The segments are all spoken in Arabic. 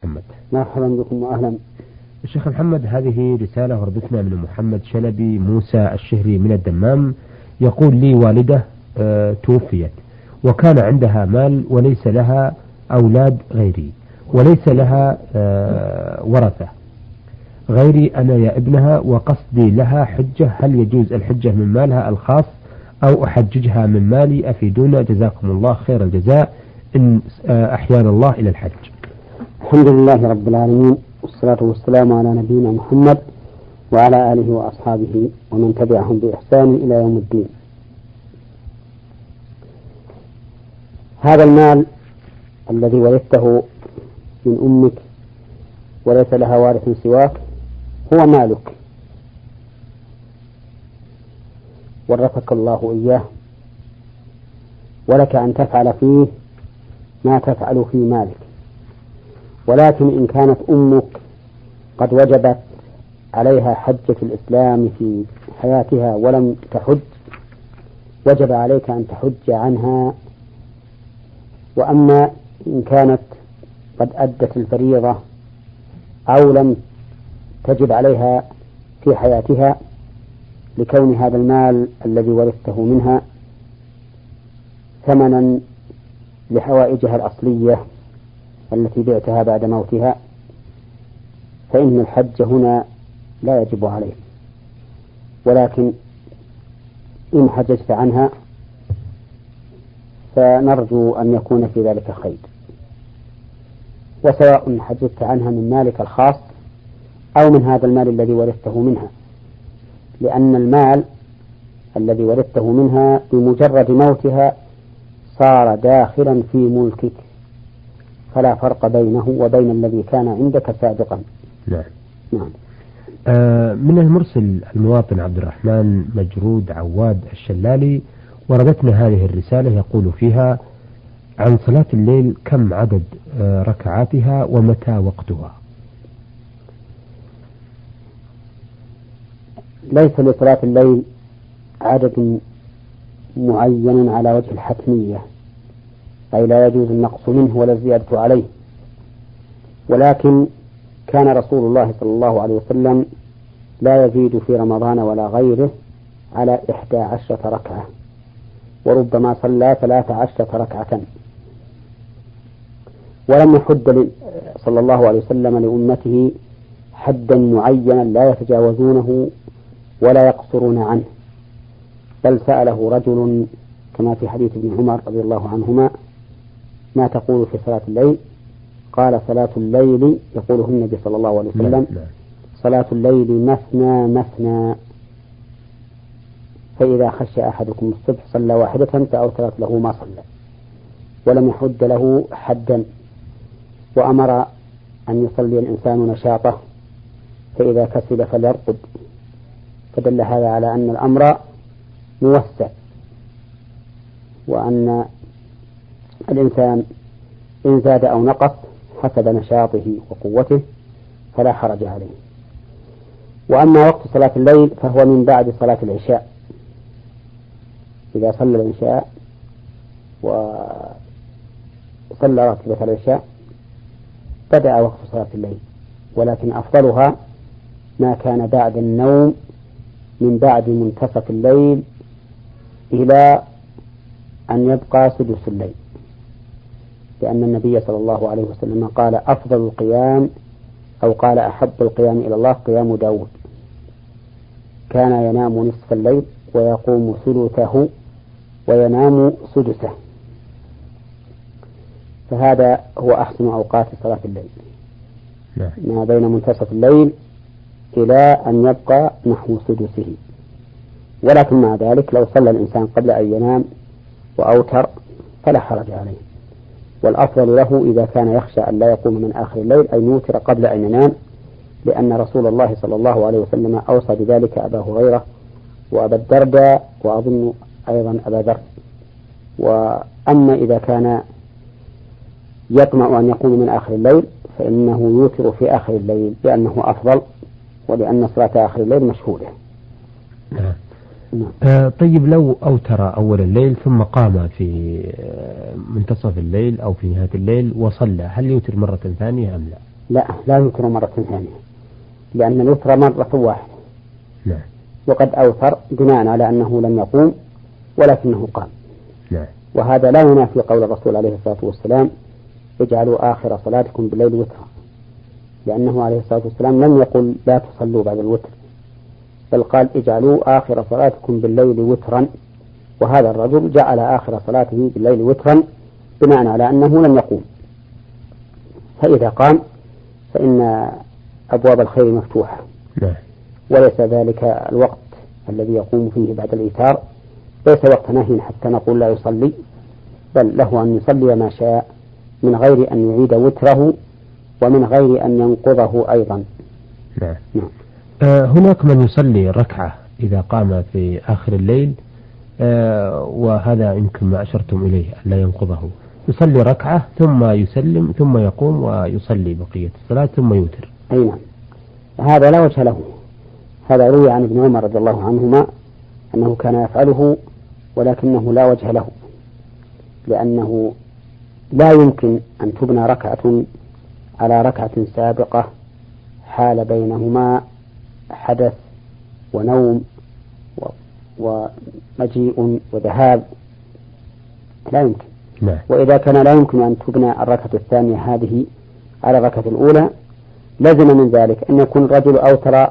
محمد. مرحبا بكم وأهلا. الشيخ محمد، هذه رسالة وردتنا من محمد شلبي موسى الشهري من الدمام. يقول لي والدة توفيت وكان عندها مال وليس لها أولاد غيري وليس لها ورثة غيري أنا يا ابنها، وقصدي لها حجة، هل يجوز الحجة من مالها الخاص أو أحججها من مالي؟ أفيدونا جزاكم الله خير الجزاء إن أحيانا الله إلى الحج. الحمد لله رب العالمين، والصلاة والسلام على نبينا محمد وعلى آله وأصحابه ومن تبعهم بإحسان إلى يوم الدين. هذا المال الذي ورثته من أمك وليس لها وارث سواك هو مالك، ورثك الله إياه، ولك أن تفعل فيه ما تفعل في مالك. ولكن إن كانت أمك قد وجبت عليها حجة الإسلام في حياتها ولم تحج، وجب عليك أن تحج عنها. وأما إن كانت قد أدت الفريضة أو لم تجب عليها في حياتها لكون هذا المال الذي ورثته منها ثمنا لحوائجها الأصلية التي بعتها بعد موتها، فإن الحج هنا لا يجب عليه. ولكن إن حججت عنها فنرجو أن يكون في ذلك خير. وسواء حججت عنها من مالك الخاص أو من هذا المال الذي ورثته منها، لأن المال الذي ورثته منها بمجرد موتها صار داخلا في ملكك، فلا فرق بينه وبين الذي كان عندك سابقا. نعم. نعم. من المرسل المواطن عبد الرحمن مجرود عواد الشلالي وردتنا هذه الرسالة، يقول فيها عن صلاة الليل كم عدد ركعاتها ومتى وقتها؟ ليس لصلاة الليل عدد معين على وجه الحتمية، أي لا يجوز النقص منه ولا الزيادة عليه، ولكن كان رسول الله صلى الله عليه وسلم لا يزيد في رمضان ولا غيره على 11 ركعة، وربما صلى 13 ركعة. ولم يحد صلى الله عليه وسلم لأمته حدا معينا لا يتجاوزونه ولا يقصرون عنه، بل سأله رجل كما في حديث ابن عمر رضي الله عنهما ما تقول في صلاة الليل؟ قال صلاة الليل، يقوله النبي صلى الله عليه وسلم، صلاة الليل مثنى مثنى، فإذا خشى أحدكم الصبح صلى واحدة فأوترت له ما صلى، ولم يحد له حدا. وأمر أن يصلي الإنسان نشاطه، فإذا كسل فليرقد، فدل هذا على أن الأمر موسع، وأن الإنسان إن زاد أو نقص حسب نشاطه وقوته فلا حرج عليه. وأما وقت صلاة الليل فهو من بعد صلاة العشاء، إذا صلى العشاء وصلى راتبة العشاء بدأ وقت صلاة الليل، ولكن أفضلها ما كان بعد النوم من بعد منتصف الليل إلى أن يبقى سدس الليل، لأن النبي صلى الله عليه وسلم قال أفضل القيام أو قال أحب القيام إلى الله قيام داود، كان ينام نصف الليل ويقوم ثلثه وينام سدسه، فهذا هو أحسن أوقات صلاة الليل، ما بين منتصف الليل إلى أن يبقى نحو سدسه. ولكن مع ذلك لو صلى الإنسان قبل أن ينام وأوتر فلا حرج عليه، والأفضل له إذا كان يخشى أن لا يقوم من آخر الليل أن يوتر قبل أن ينام، لأن رسول الله صلى الله عليه وسلم أوصى بذلك أبا هريرة وأبا الدرداء وأظن أيضا أبا ذر. وأما إذا كان يطمع أن يقوم من آخر الليل فإنه يوتر في آخر الليل لأنه أفضل، ولأن صلاة آخر الليل مشهودة. طيب لو أوتر أول الليل ثم قام في منتصف الليل أو في نهاية الليل وصلى، هل يوتر مرة ثانية أم لا؟ لا يوتر مرة ثانية، لأن الوتر مرة واحدة. نعم. وقد أوتر بناء على أنه لم يقوم ولكنه قام. نعم. وهذا لا ينافي قول الرسول عليه الصلاة والسلام اجعلوا آخر صلاتكم بالليل وترا، لأنه عليه الصلاة والسلام لم يقل لا تصلوا بعد الوتر، بل قال اجعلوا آخر صلاتكم بالليل وترا، وهذا الرجل جعل آخر صلاته بالليل وترا بناء على أنه لم يقوم. فإذا قام فإن أبواب الخير مفتوحة. نعم. وليس ذلك الوقت الذي يقوم فيه بعد الإيتار ليس وقت نهي حتى نقول لا يصلي، بل له أن يصلي ما شاء من غير أن يعيد وتره ومن غير أن ينقضه أيضا. نعم. هناك من يصلي ركعة إذا قام في آخر الليل، وهذا يمكن ما أشرتم إليه ألا ينقضه، يصلي ركعة ثم يسلم ثم يقوم ويصلي بقية الصلاة ثم يوتر. أي نعم، هذا لا وجه له. هذا روي عن ابن عمر رضي الله عنهما أنه كان يفعله، ولكنه لا وجه له، لأنه لا يمكن أن تبنى ركعة على ركعة سابقة حال بينهما حدث ونوم ومجيء وذهاب، لا يمكن. نعم. وإذا كان لا يمكن أن تبنى الركعة الثانية هذه على الركعة الأولى، لزم من ذلك أن يكون الرجل أوتر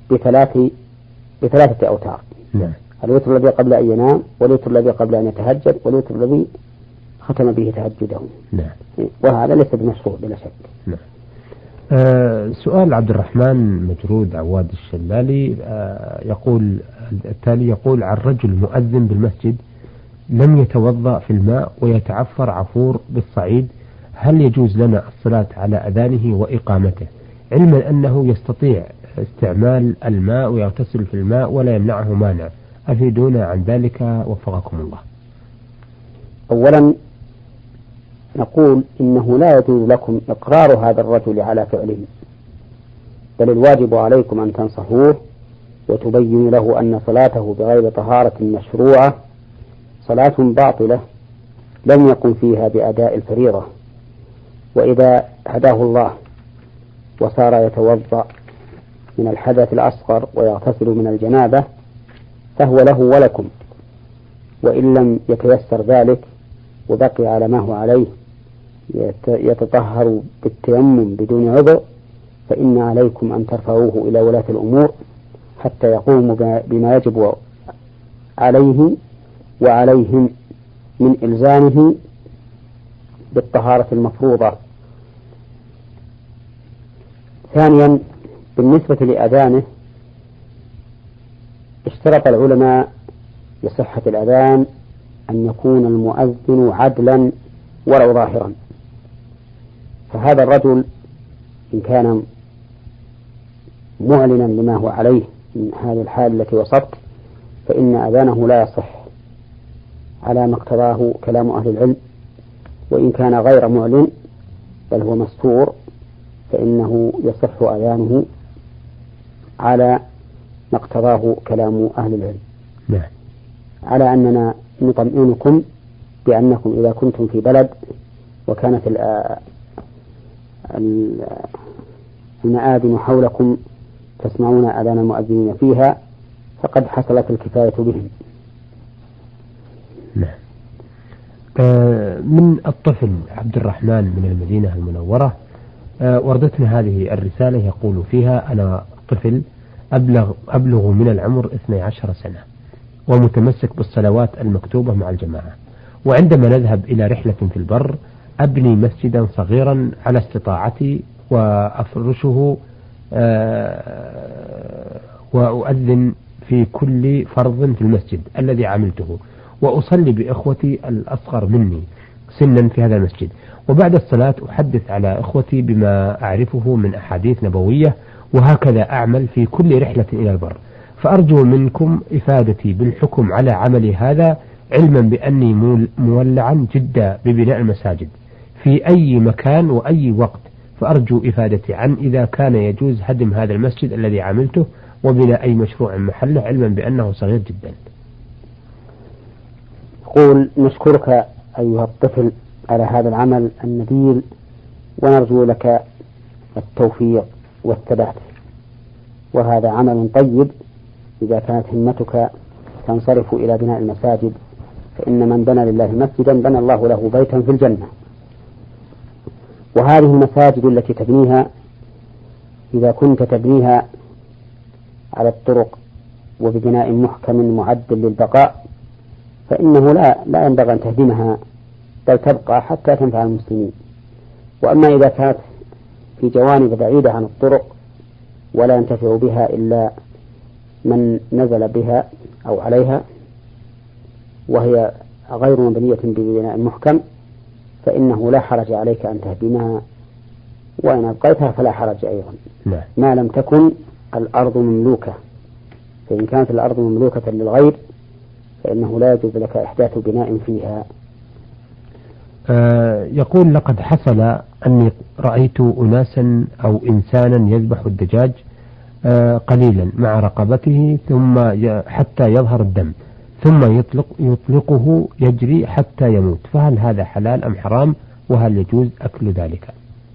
بثلاثة أوتار. نعم. الوتر الذي قبل أن ينام، والوتر الذي قبل أن يتهجد، والوتر الذي ختم به تهجده. نعم. وهذا ليس بمشروع بلا شك. نعم. سؤال عبد الرحمن مجرود عواد الشلالي يقول التالي: يقول عن رجل مؤذن بالمسجد لم يتوضأ في الماء ويتعفر عفور بالصعيد، هل يجوز لنا الصلاة على أذانه وإقامته، علما أنه يستطيع استعمال الماء ويغتسل في الماء ولا يمنعه مانع؟ أفيدونا عن ذلك وفقكم الله. أولا نقول إنه لا يجوز لكم إقرار هذا الرجل على فعله، بل الواجب عليكم أن تنصحوه وتبينوا له أن صلاته بغير طهارة مشروعة صلاة باطلة لم يكن فيها بأداء الفريضة. وإذا هداه الله وصار يتوضأ من الحدث الأصغر ويغتسل من الجنابة فهو له ولكم، وإن لم يتيسر ذلك وبقي على ما هو عليه يتطهر بالتيمم بدون عذر، فإن عليكم أن ترفعوه إلى ولاة الأمور حتى يقوموا بما يجب عليه وعليهم من إلزامه بالطهارة المفروضة. ثانيا، بالنسبة لأذانه اشترط العلماء لصحة الأذان أن يكون المؤذن عدلا ولو ظاهرا، فهذا الرجل إن كان معلنا لما هو عليه من هذه الحال التي وصفت فإن أذانه لا يصح على ما اقتضاه كلام أهل العلم، وإن كان غير معلن بل هو مستور فإنه يصح أذانه على ما اقتضاه كلام أهل العلم. نعم. على أننا نطمئنكم بأنكم إذا كنتم في بلد وكانت المآذن حولكم تسمعون أذان المؤذنين فيها فقد حصلت الكفاية بهم. نعم. من الطفل عبد الرحمن من المدينة المنورة وردتنا هذه الرسالة يقول فيها: أنا طفل أبلغ من العمر 12 سنة ومتمسك بالصلوات المكتوبة مع الجماعة، وعندما نذهب إلى رحلة في البر أبني مسجدا صغيرا على استطاعتي وأفرشه وأؤذن في كل فرض في المسجد الذي عملته، وأصلي بإخوتي الأصغر مني سنا في هذا المسجد، وبعد الصلاة أحدث على إخوتي بما أعرفه من أحاديث نبوية، وهكذا أعمل في كل رحلة إلى البر. فأرجو منكم إفادتي بالحكم على عملي هذا، علما بأني مولعا جدا ببناء المساجد في أي مكان وأي وقت، فأرجو إفادتي عن إذا كان يجوز هدم هذا المسجد الذي عملته وبناء أي مشروع محله، علما بأنه صغير جدا. أقول نشكرك أيها الطفل على هذا العمل النبيل، ونرجو لك التوفيق والثبات، وهذا عمل طيب إذا كانت همتك تنصرف إلى بناء المساجد، فإن من بنى لله مسجدا بنى الله له بيتا في الجنة. وهذه المساجد التي تبنيها إذا كنت تبنيها على الطرق وببناء محكم معد للبقاء فإنه لا ينبغي أن تهدمها، بل تبقى حتى تنفع المسلمين. وأما إذا كانت في جوانب بعيدة عن الطرق ولا ينتفع بها إلا من نزل بها أو عليها وهي غير مبنية ببناء محكم فإنه لا حرج عليك أن تهدمها، وإن أبقيتها فلا حرج أيضا ما لم تكن الأرض مملوكة. فإن كانت الأرض مملوكة للغير فإنه لا يجوز لك إحداث بناء فيها. يقول لقد حصل أني رأيت أناسا أو إنسانا يذبح الدجاج قليلا مع رقبته ثم حتى يظهر الدم ثم يطلقه يجري حتى يموت، فهل هذا حلال أم حرام، وهل يجوز أكل ذلك؟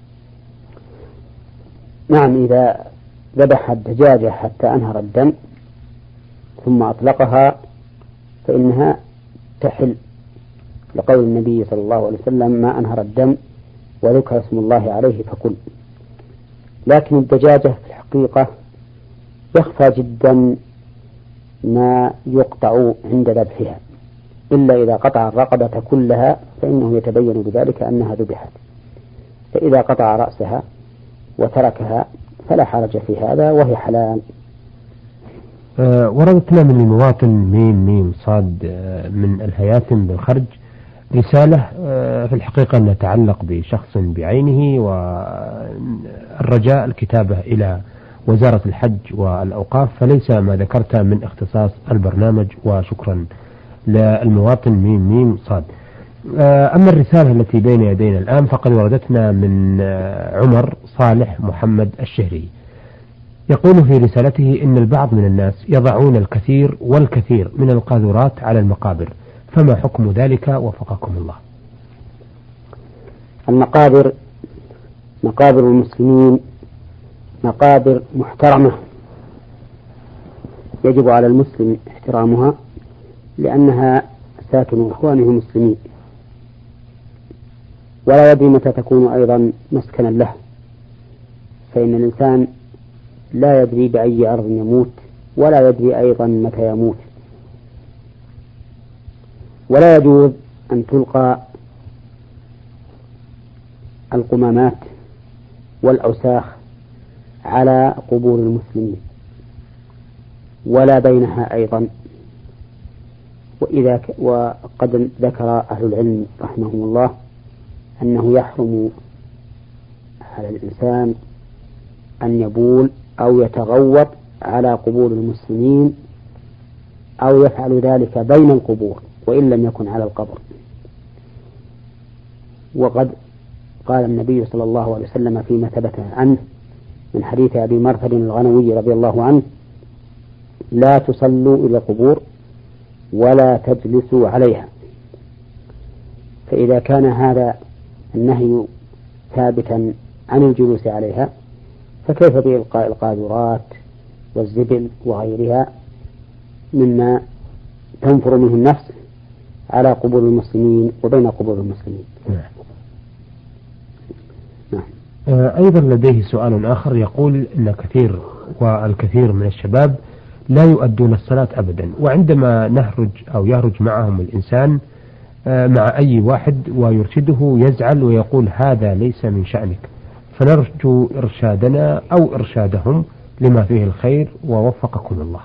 نعم، إذا ذبح الدجاجة حتى أنهر الدم ثم أطلقها فإنها تحل، لقول النبي صلى الله عليه وسلم ما أنهر الدم وذكر اسم الله عليه فكل. لكن الدجاجة في الحقيقة يخفى جدا ما يقطع عند ذبحها، إلا إذا قطع الرقبة كلها فإنه يتبين بذلك أنها ذبحت، فإذا قطع رأسها وتركها فلا حرج في هذا وهي حلال. وردتنا من المواطن ميم صاد من الهياثم بالخرج رسالة في الحقيقة أن تتعلق بشخص بعينه، والرجاء الكتابة إلى وزارة الحج والأوقاف، فليس ما ذكرت من اختصاص البرنامج، وشكرا للمواطن ميم صاد. أما الرسالة التي بين يدينا الآن فقد وردتنا من عمر صالح محمد الشهري، يقول في رسالته إن البعض من الناس يضعون الكثير والكثير من القاذورات على المقابر، فما حكم ذلك وفقكم الله؟ المقابر مقابر المسلمين مقابر محترمة يجب على المسلم احترامها، لأنها ساكن إخوانه المسلمين، ولا يدري متى تكون أيضا مسكنا له، فإن الإنسان لا يدري بأي أرض يموت ولا يدري أيضا متى يموت. ولا يجوز أن تلقى القمامات والأوساخ على قبور المسلمين ولا بينها أيضا. وقد ذكر أهل العلم رحمهم الله أنه يحرم على الإنسان أن يبول أو يتغوط على قبور المسلمين أو يفعل ذلك بين القبور وإن لم يكن على القبر. وقد قال النبي صلى الله عليه وسلم فيما ثبت عنه من حديث أبي مرثد الغنوي رضي الله عنه: لا تصلوا إلى القبور ولا تجلسوا عليها. فإذا كان هذا النهي ثابتا عن الجلوس عليها فكيف بإلقاء القاذورات والزبل وغيرها مما تنفر منه النفس على قبور المسلمين وبين قبور المسلمين؟ نعم. أيضا لديه سؤال آخر يقول إن الكثير من الشباب لا يؤدون الصلاة أبدا، وعندما نهرج أو يهرج معهم الإنسان مع أي واحد ويرشده يزعل ويقول هذا ليس من شأنك، فنرجو إرشادنا أو إرشادهم لما فيه الخير ووفقكم الله.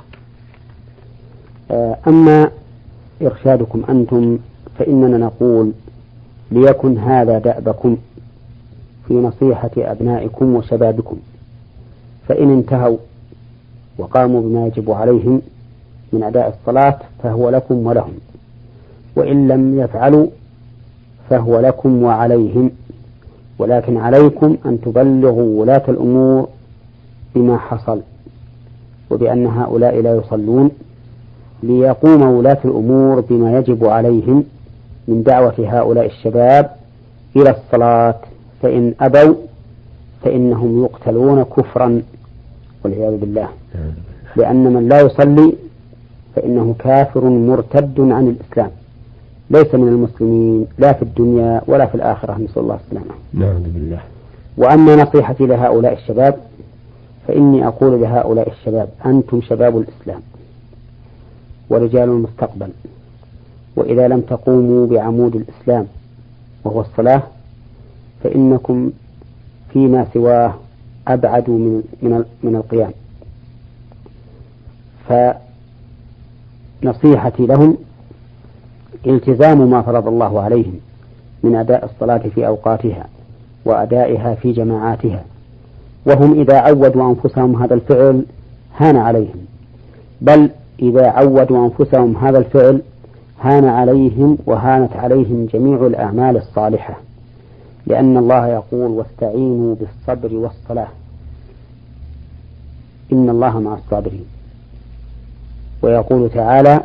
أما إرشادكم أنتم فإننا نقول ليكن هذا دأبكم في نصيحة أبنائكم وشبابكم، فإن انتهوا وقاموا بما يجب عليهم من أداء الصلاة فهو لكم ولهم، وإن لم يفعلوا فهو لكم وعليهم، ولكن عليكم أن تبلغوا ولاة الأمور بما حصل وبأن هؤلاء لا يصلون، ليقوم ولاة الأمور بما يجب عليهم من دعوة هؤلاء الشباب إلى الصلاة، فإن أبوا فإنهم يقتلون كفرا والعياذ بالله، لأن من لا يصلي فإنه كافر مرتد عن الإسلام، ليس من المسلمين لا في الدنيا ولا في الآخرة، نسأل الله السلامة. نعم بالله. وأما نصيحتي لهؤلاء الشباب فإني أقول لهؤلاء الشباب: أنتم شباب الإسلام ورجال المستقبل، وإذا لم تقوموا بعمود الإسلام وهو الصلاة فإنكم فيما سواه أبعد من القيام. فنصيحتي لهم التزام ما فرض الله عليهم من أداء الصلاة في أوقاتها وأدائها في جماعاتها، وهم إذا عودوا أنفسهم هذا الفعل هان عليهم، بل إذا عودوا أنفسهم هذا الفعل هان عليهم وهانت عليهم جميع الأعمال الصالحة، لأن الله يقول: واستعينوا بالصبر والصلاة إن الله مع الصابرين. ويقول تعالى: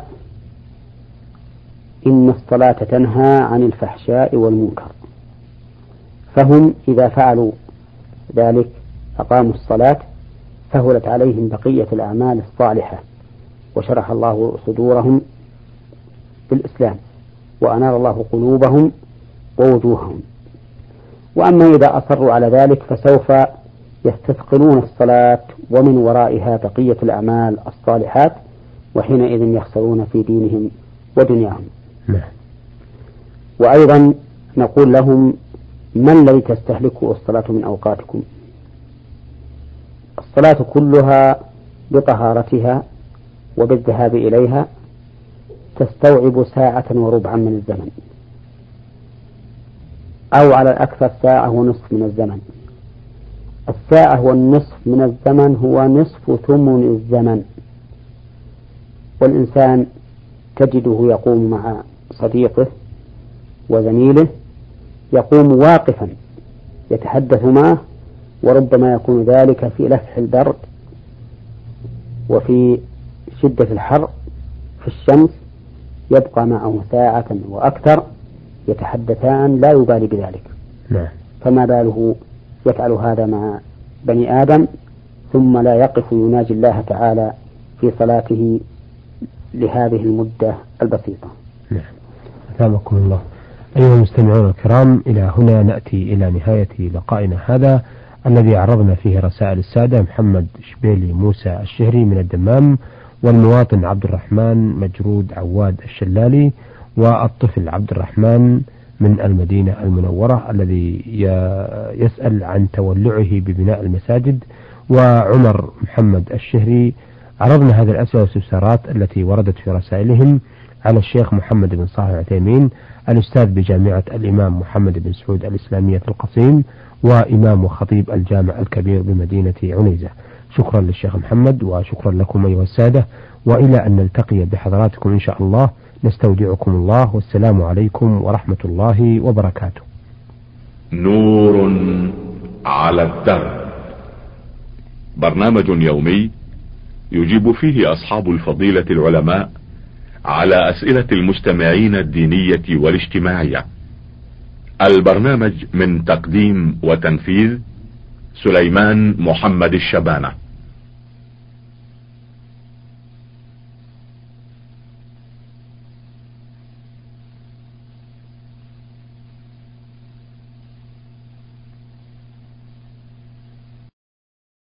إن الصلاة تنهى عن الفحشاء والمنكر. فهم إذا فعلوا ذلك أقاموا الصلاة سهلت عليهم بقية الأعمال الصالحة، وشرح الله صدورهم بالإسلام، وأنار الله قلوبهم ووجوههم. وأما إذا أصروا على ذلك فسوف يستثقلون الصلاة ومن ورائها بقية الأعمال الصالحات، وحينئذ يخسرون في دينهم ودنياهم. وأيضا نقول لهم: ما الذي تستهلكه الصلاة من أوقاتكم؟ الصلاة كلها بطهارتها وبالذهاب إليها تستوعب ساعة وربعا من الزمن، أو على الأكثر ساعة ونصف من الزمن. الساعة والنصف من الزمن هو نصف ثمن الزمن، والإنسان تجده يقوم مع صديقه وزميله، يقوم واقفا يتحدث معه، وربما يكون ذلك في لفح البرد وفي شدة الحر في الشمس، يبقى معه ساعة وأكثر يتحدثان لا يبالي بذلك. فما باله يفعل هذا مع بني آدم ثم لا يقف يناجي الله تعالى في صلاته لهذه المدة البسيطة. أثابكم الله. أيها المستمعون الكرام، إلى هنا نأتي إلى نهاية لقائنا هذا الذي عرضنا فيه رسائل السادة محمد شبيلي موسى الشهري من الدمام، والمواطن عبد الرحمن مجرود عواد الشلالي، والطفل عبد الرحمن من المدينة المنورة الذي يسأل عن تولعه ببناء المساجد، وعمر محمد الشهري. عرضنا هذه الأسئلة والاستفسارات التي وردت في رسائلهم على الشيخ محمد بن صالح العثيمين، الأستاذ بجامعة الإمام محمد بن سعود الإسلامية في القصيم، وإمام وخطيب الجامع الكبير بمدينة عنيزة. شكرا للشيخ محمد، وشكرا لكم أيها السادة، وإلى أن نلتقي بحضراتكم إن شاء الله، نستودعكم الله، والسلام عليكم ورحمة الله وبركاته. نور على الدرب، برنامج يومي يجيب فيه أصحاب الفضيلة العلماء على أسئلة المستمعين الدينية والاجتماعية. البرنامج من تقديم وتنفيذ سليمان محمد الشبانة.